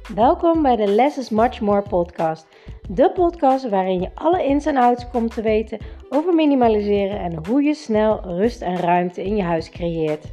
Welkom bij de Less is Much More podcast. De podcast waarin je alle ins en outs komt te weten over minimaliseren en hoe je snel rust en ruimte in je huis creëert.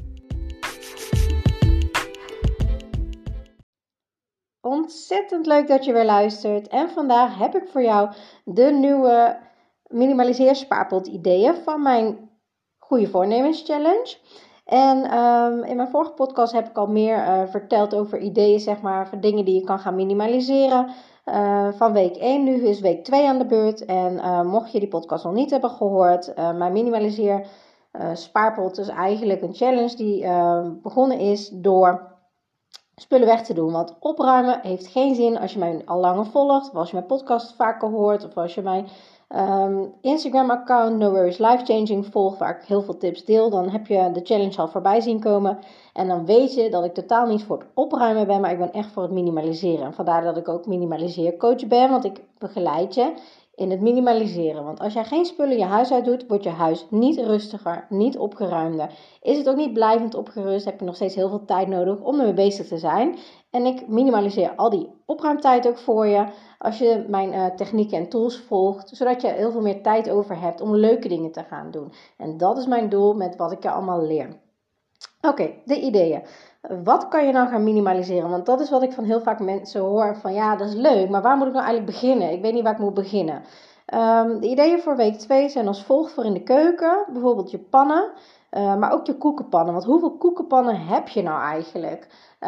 Ontzettend leuk dat je weer luistert en vandaag heb ik voor jou de nieuwe minimaliseer spaarpot ideeën van mijn Goede Voornemens Challenge. En in mijn vorige podcast heb ik al meer verteld over ideeën, zeg maar, van dingen die je kan gaan minimaliseren. Van week 1, nu is week 2 aan de beurt. En mocht je die podcast nog niet hebben gehoord, mijn minimaliseer spaarpot is eigenlijk een challenge die begonnen is door spullen weg te doen. Want opruimen heeft geen zin als je mij al langer volgt, of als je mijn podcast vaker hoort, of als je mijn Instagram account No Worries Life Changing volgt, waar ik heel veel tips deel. Dan heb je de challenge al voorbij zien komen. En dan weet je dat ik totaal niet voor het opruimen ben, maar ik ben echt voor het minimaliseren. En vandaar dat ik ook minimaliseercoach ben, want ik begeleid je in het minimaliseren. Want als jij geen spullen in je huis uit doet, wordt je huis niet rustiger, niet opgeruimder. Is het ook niet blijvend opgerust, heb je nog steeds heel veel tijd nodig om ermee bezig te zijn. En ik minimaliseer al die opruimtijd ook voor je, als je mijn technieken en tools volgt, zodat je heel veel meer tijd over hebt om leuke dingen te gaan doen. En dat is mijn doel met wat ik je allemaal leer. Oké, de ideeën. Wat kan je nou gaan minimaliseren? Want dat is wat ik van heel vaak mensen hoor van ja, dat is leuk, maar waar moet ik nou eigenlijk beginnen? Ik weet niet waar ik moet beginnen. De ideeën voor week 2 zijn als volgt voor in de keuken. Bijvoorbeeld je pannen, maar ook je koekenpannen. Want hoeveel koekenpannen heb je nou eigenlijk?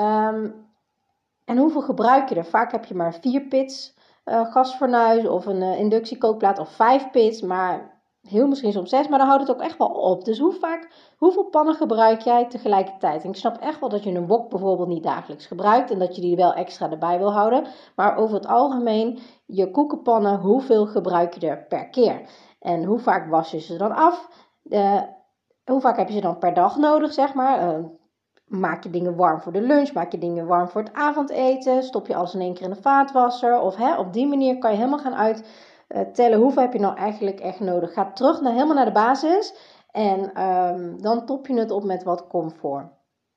En hoeveel gebruik je er? Vaak heb je maar 4 pits gasfornuis of een inductiekookplaat of 5 pits, maar heel misschien soms 6, maar dan houdt het ook echt wel op. Dus hoeveel pannen gebruik jij tegelijkertijd? En ik snap echt wel dat je een wok bijvoorbeeld niet dagelijks gebruikt en dat je die wel extra erbij wil houden. Maar over het algemeen, je koekenpannen, hoeveel gebruik je er per keer? En hoe vaak was je ze dan af? Hoe vaak heb je ze dan per dag nodig, zeg maar? Maak je dingen warm voor de lunch? Maak je dingen warm voor het avondeten? Stop je alles in één keer in de vaatwasser? Of op die manier kan je helemaal gaan uittellen hoeveel heb je nou eigenlijk echt nodig. Ga terug helemaal naar de basis en dan top je het op met wat comfort.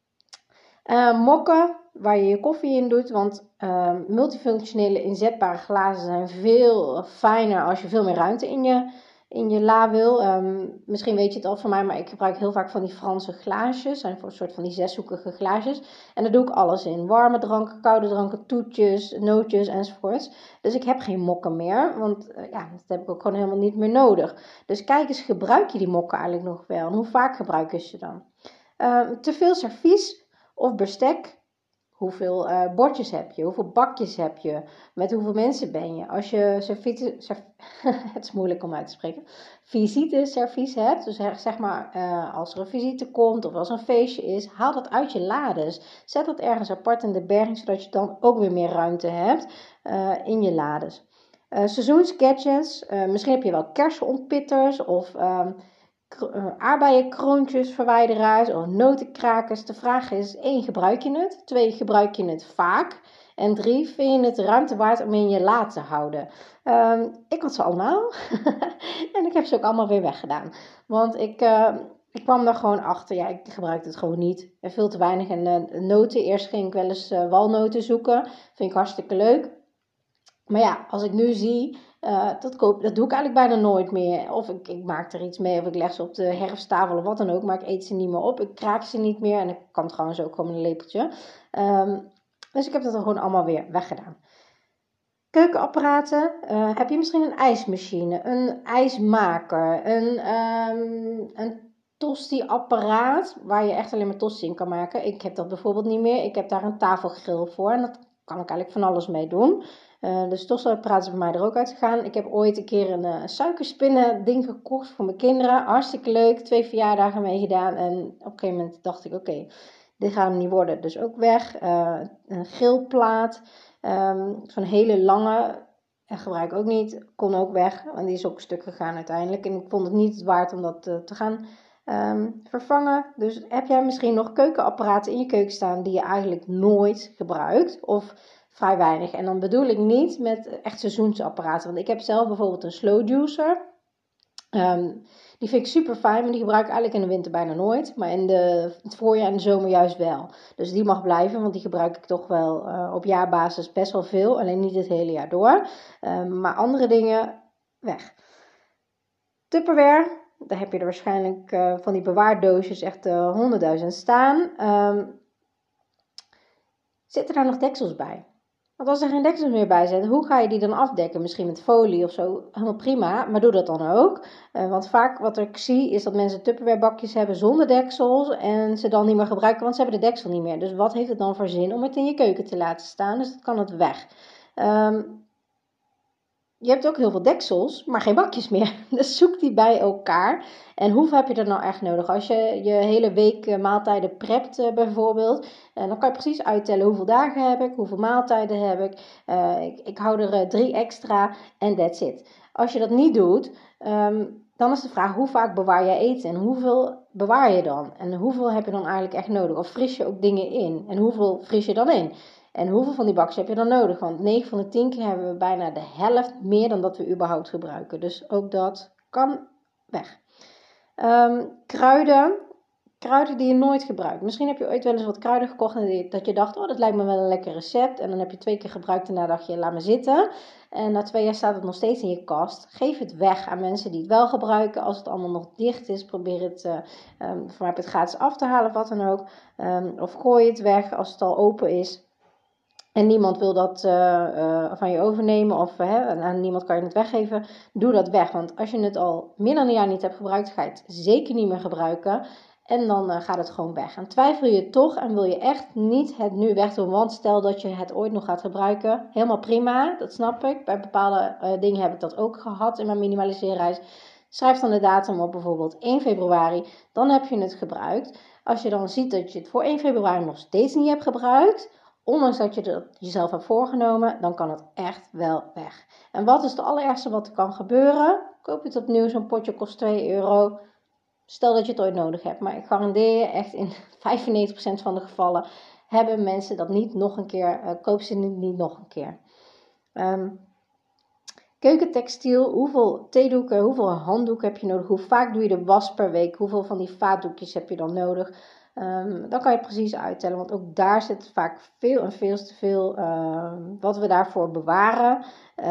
Mokken, waar je je koffie in doet, want multifunctionele inzetbare glazen zijn veel fijner als je veel meer ruimte in je la wil. Misschien weet je het al van mij, maar ik gebruik heel vaak van die Franse glaasjes. Zijn voor een soort van die zeshoekige glaasjes. En daar doe ik alles in. Warme dranken, koude dranken, toetjes, nootjes enzovoorts. Dus ik heb geen mokken meer, want dat heb ik ook gewoon helemaal niet meer nodig. Dus kijk eens, gebruik je die mokken eigenlijk nog wel? En hoe vaak gebruik je ze dan? Te veel servies of bestek. Hoeveel bordjes heb je? Hoeveel bakjes heb je? Met hoeveel mensen ben je? Als je het is moeilijk om uit te spreken. Visiteservies hebt, dus zeg maar als er een visite komt of als er een feestje is, haal dat uit je lades. Zet dat ergens apart in de berging, zodat je dan ook weer meer ruimte hebt in je lades. Seizoensgadgets, misschien heb je wel kersenontpitters of aardbeienkroontjes, verwijderaars of notenkrakers. De vraag is: 1. Gebruik je het? 2. Gebruik je het vaak? En 3. Vind je het de ruimte waard om in je la te houden? Ik had ze allemaal. En ik heb ze ook allemaal weer weggedaan. Want ik kwam daar gewoon achter. Ja, ik gebruik het gewoon niet. Veel te weinig. En noten. Eerst ging ik wel eens walnoten zoeken. Vind ik hartstikke leuk. Maar ja, als ik nu zie, dat doe ik eigenlijk bijna nooit meer. Of ik maak er iets mee, of ik leg ze op de herfsttafel of wat dan ook. Maar ik eet ze niet meer op, ik kraak ze niet meer. En ik kan trouwens ook gewoon een lepeltje. Dus ik heb dat er gewoon allemaal weer weggedaan. Keukenapparaten. Heb je misschien een ijsmachine, een ijsmaker, een tosti-apparaat waar je echt alleen maar tosti in kan maken. Ik heb dat bijvoorbeeld niet meer. Ik heb daar een tafelgrill voor en dat kan ik eigenlijk van alles mee doen. Dus tosti-apparaat is bij mij er ook uitgegaan. Ik heb ooit een keer een suikerspinnen ding gekocht voor mijn kinderen. Hartstikke leuk. 2 verjaardagen mee gedaan. En op een gegeven moment dacht ik, oké, dit gaat hem niet worden. Dus ook weg. Een grillplaat. Zo'n hele lange. Gebruik ik ook niet. Kon ook weg. Want die is ook een stuk gegaan uiteindelijk. En ik vond het niet waard om dat te gaan vervangen. Dus heb jij misschien nog keukenapparaten in je keuken staan die je eigenlijk nooit gebruikt? Of vrij weinig. En dan bedoel ik niet met echt seizoensapparaten. Want ik heb zelf bijvoorbeeld een slow juicer. Die vind ik super fijn, maar die gebruik ik eigenlijk in de winter bijna nooit. Maar in het voorjaar en de zomer juist wel. Dus die mag blijven, want die gebruik ik toch wel op jaarbasis best wel veel. Alleen niet het hele jaar door. Maar andere dingen, weg. Tupperware, daar heb je er waarschijnlijk van die bewaardoosjes echt 100.000 staan. Zitten daar nog deksels bij? Want als er geen deksels meer bij zitten, hoe ga je die dan afdekken? Misschien met folie of zo, helemaal prima, maar doe dat dan ook. Want vaak wat ik zie is dat mensen tupperwarebakjes hebben zonder deksels en ze dan niet meer gebruiken, want ze hebben de deksel niet meer. Dus wat heeft het dan voor zin om het in je keuken te laten staan? Dus dat kan het weg. Je hebt ook heel veel deksels, maar geen bakjes meer. Dus zoek die bij elkaar. En hoeveel heb je er nou echt nodig? Als je je hele week maaltijden prept bijvoorbeeld, dan kan je precies uittellen hoeveel dagen heb ik, hoeveel maaltijden heb ik. Ik hou er 3 extra en that's it. Als je dat niet doet, dan is de vraag hoe vaak bewaar je eten en hoeveel bewaar je dan? En hoeveel heb je dan eigenlijk echt nodig? Of fris je ook dingen in? En hoeveel fris je dan in? En hoeveel van die bakjes heb je dan nodig? Want 9 van de 10 keer hebben we bijna de helft meer dan dat we überhaupt gebruiken. Dus ook dat kan weg. Kruiden die je nooit gebruikt. Misschien heb je ooit wel eens wat kruiden gekocht en dat je dacht, oh dat lijkt me wel een lekker recept. En dan heb je 2 keer gebruikt en daarna dacht je, laat me zitten. En na 2 jaar staat het nog steeds in je kast. Geef het weg aan mensen die het wel gebruiken. Als het allemaal nog dicht is, probeer het voor mij het gratis af te halen of wat dan ook. Of gooi het weg als het al open is. En niemand wil dat van je overnemen of aan niemand kan je het weggeven. Doe dat weg, want als je het al meer dan een jaar niet hebt gebruikt, ga je het zeker niet meer gebruiken. En dan gaat het gewoon weg. En twijfel je toch en wil je echt niet het nu wegdoen, want stel dat je het ooit nog gaat gebruiken. Helemaal prima, dat snap ik. Bij bepaalde dingen heb ik dat ook gehad in mijn minimaliseerreis. Schrijf dan de datum op, bijvoorbeeld 1 februari. Dan heb je het gebruikt. Als je dan ziet dat je het voor 1 februari nog steeds niet hebt gebruikt, ondanks dat je het jezelf hebt voorgenomen, dan kan het echt wel weg. En wat is het allerergste wat er kan gebeuren? Koop je het opnieuw, zo'n potje kost 2 euro. Stel dat je het ooit nodig hebt. Maar ik garandeer je, echt in 95% van de gevallen hebben mensen dat niet nog een keer. Koop ze niet nog een keer. Keukentextiel, hoeveel theedoeken, hoeveel handdoeken heb je nodig? Hoe vaak doe je de was per week? Hoeveel van die vaatdoekjes heb je dan nodig? Dan kan je precies uittellen, want ook daar zit vaak veel en veel te veel wat we daarvoor bewaren.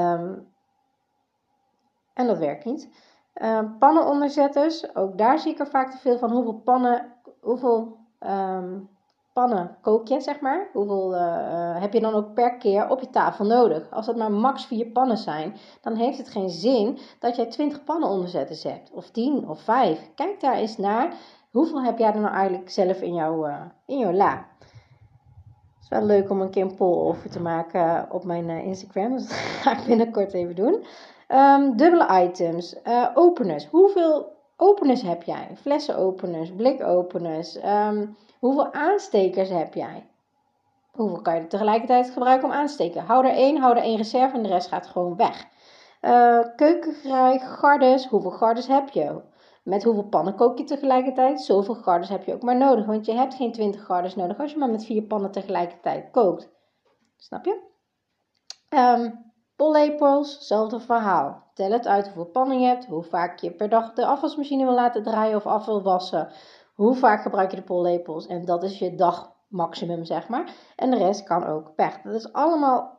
En dat werkt niet. Pannenonderzetters, ook daar zie ik er vaak te veel van. Hoeveel pannen kook je, zeg maar? Hoeveel heb je dan ook per keer op je tafel nodig? Als het maar max 4 pannen zijn, dan heeft het geen zin dat jij 20 pannenonderzetters hebt. Of 10 of 5. Kijk daar eens naar. Hoeveel heb jij er nou eigenlijk zelf in jouw la? Het is wel leuk om een keer een poll over te maken op mijn Instagram. Dus dat ga ik binnenkort even doen. Dubbele items. Openers. Hoeveel openers heb jij? Flessenopeners, blikopeners. Hoeveel aanstekers heb jij? Hoeveel kan je tegelijkertijd gebruiken om aan te steken? Hou er 1 reserve en de rest gaat gewoon weg. Keukengerei, gardes. Hoeveel gardes heb je? Met hoeveel pannen kook je tegelijkertijd? Zoveel gardes heb je ook maar nodig. Want je hebt geen 20 gardes nodig als je maar met 4 pannen tegelijkertijd kookt. Snap je? Pollepels, hetzelfde verhaal. Tel het uit hoeveel pannen je hebt, hoe vaak je per dag de afwasmachine wil laten draaien of af wil wassen. Hoe vaak gebruik je de pollepels en dat is je dagmaximum, zeg maar. En de rest kan ook weg. Dat is allemaal,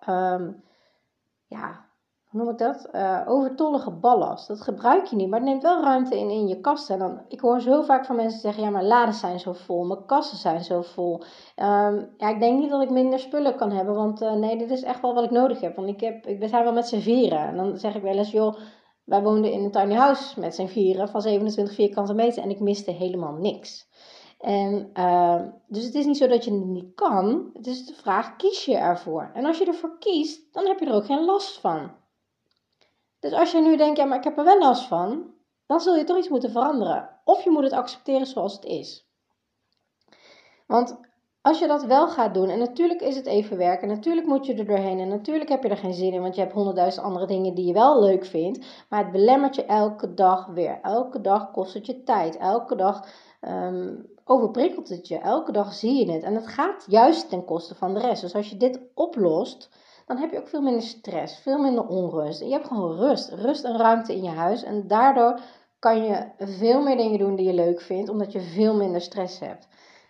hoe noem ik dat? Overtollige ballast. Dat gebruik je niet, maar het neemt wel ruimte in je kasten. En ik hoor zo vaak van mensen zeggen, ja, mijn laden zijn zo vol, mijn kasten zijn zo vol. Ik denk niet dat ik minder spullen kan hebben, want nee, dit is echt wel wat ik nodig heb. Want we zijn wel met z'n vieren. En dan zeg ik wel eens, joh, wij woonden in een tiny house met z'n vieren van 27 vierkante meter en ik miste helemaal niks. En dus het is niet zo dat je het niet kan. Het is de vraag, kies je ervoor? En als je ervoor kiest, dan heb je er ook geen last van. Dus als je nu denkt, ja, maar ik heb er wel last van, dan zul je toch iets moeten veranderen. Of je moet het accepteren zoals het is. Want als je dat wel gaat doen, en natuurlijk is het even werken, natuurlijk moet je er doorheen en natuurlijk heb je er geen zin in, want je hebt 100.000 andere dingen die je wel leuk vindt, maar het belemmert je elke dag weer. Elke dag kost het je tijd, elke dag overprikkelt het je, elke dag zie je het. En het gaat juist ten koste van de rest. Dus als je dit oplost, dan heb je ook veel minder stress, veel minder onrust. En je hebt gewoon rust en ruimte in je huis en daardoor kan je veel meer dingen doen die je leuk vindt, omdat je veel minder stress hebt.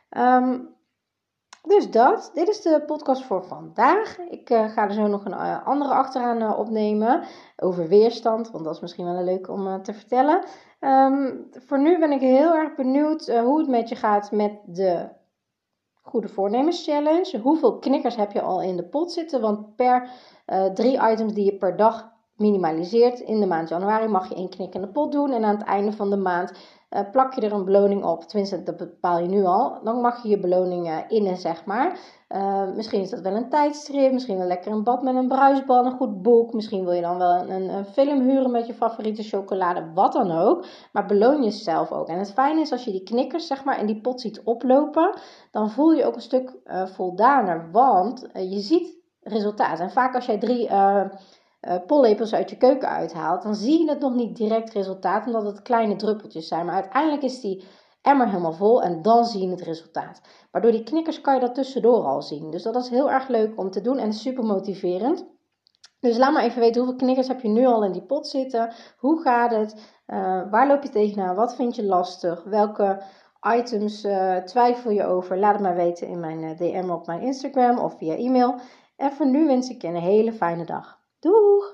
Dus dit is de podcast voor vandaag. Ik ga er zo nog een andere achteraan opnemen over weerstand, want dat is misschien wel leuk om te vertellen. Voor nu ben ik heel erg benieuwd hoe het met je gaat met de Goede Voornemens Challenge. Hoeveel knikkers heb je al in de pot zitten? Want per 3 items die je per dag minimaliseert in de maand januari mag je 1 knik in de pot doen. En aan het einde van de maand plak je er een beloning op. Tenminste, dat bepaal je nu al. Dan mag je je beloning innen, zeg maar. Misschien is dat wel een tijdstrip. Misschien wel lekker een bad met een bruisbal, een goed boek. Misschien wil je dan wel een film huren met je favoriete chocolade. Wat dan ook. Maar beloon jezelf ook. En het fijne is als je die knikkers, zeg maar, in die pot ziet oplopen. Dan voel je ook een stuk voldaner. Want je ziet resultaat. En vaak als jij 3... pollepels uit je keuken uithaalt, dan zie je het nog niet direct resultaat, omdat het kleine druppeltjes zijn. Maar uiteindelijk is die emmer helemaal vol en dan zie je het resultaat. Maar door die knikkers kan je dat tussendoor al zien. Dus dat is heel erg leuk om te doen en super motiverend. Dus laat maar even weten, hoeveel knikkers heb je nu al in die pot zitten? Hoe gaat het? Waar loop je tegenaan? Wat vind je lastig? Welke items twijfel je over? Laat het maar weten in mijn DM op mijn Instagram of via e-mail. En voor nu wens ik je een hele fijne dag. Doeg!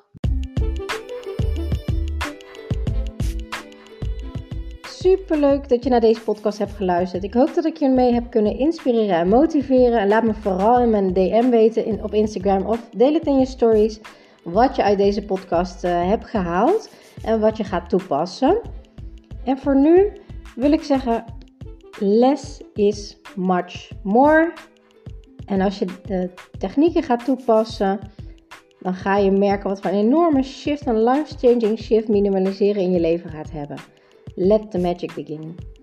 Superleuk dat je naar deze podcast hebt geluisterd. Ik hoop dat ik je mee heb kunnen inspireren en motiveren. En laat me vooral in mijn DM weten op Instagram of deel het in je stories wat je uit deze podcast hebt gehaald en wat je gaat toepassen. En voor nu wil ik zeggen, less is much more. En als je de technieken gaat toepassen, dan ga je merken wat voor een enorme shift, een life-changing shift minimaliseren in je leven gaat hebben. Let the magic begin.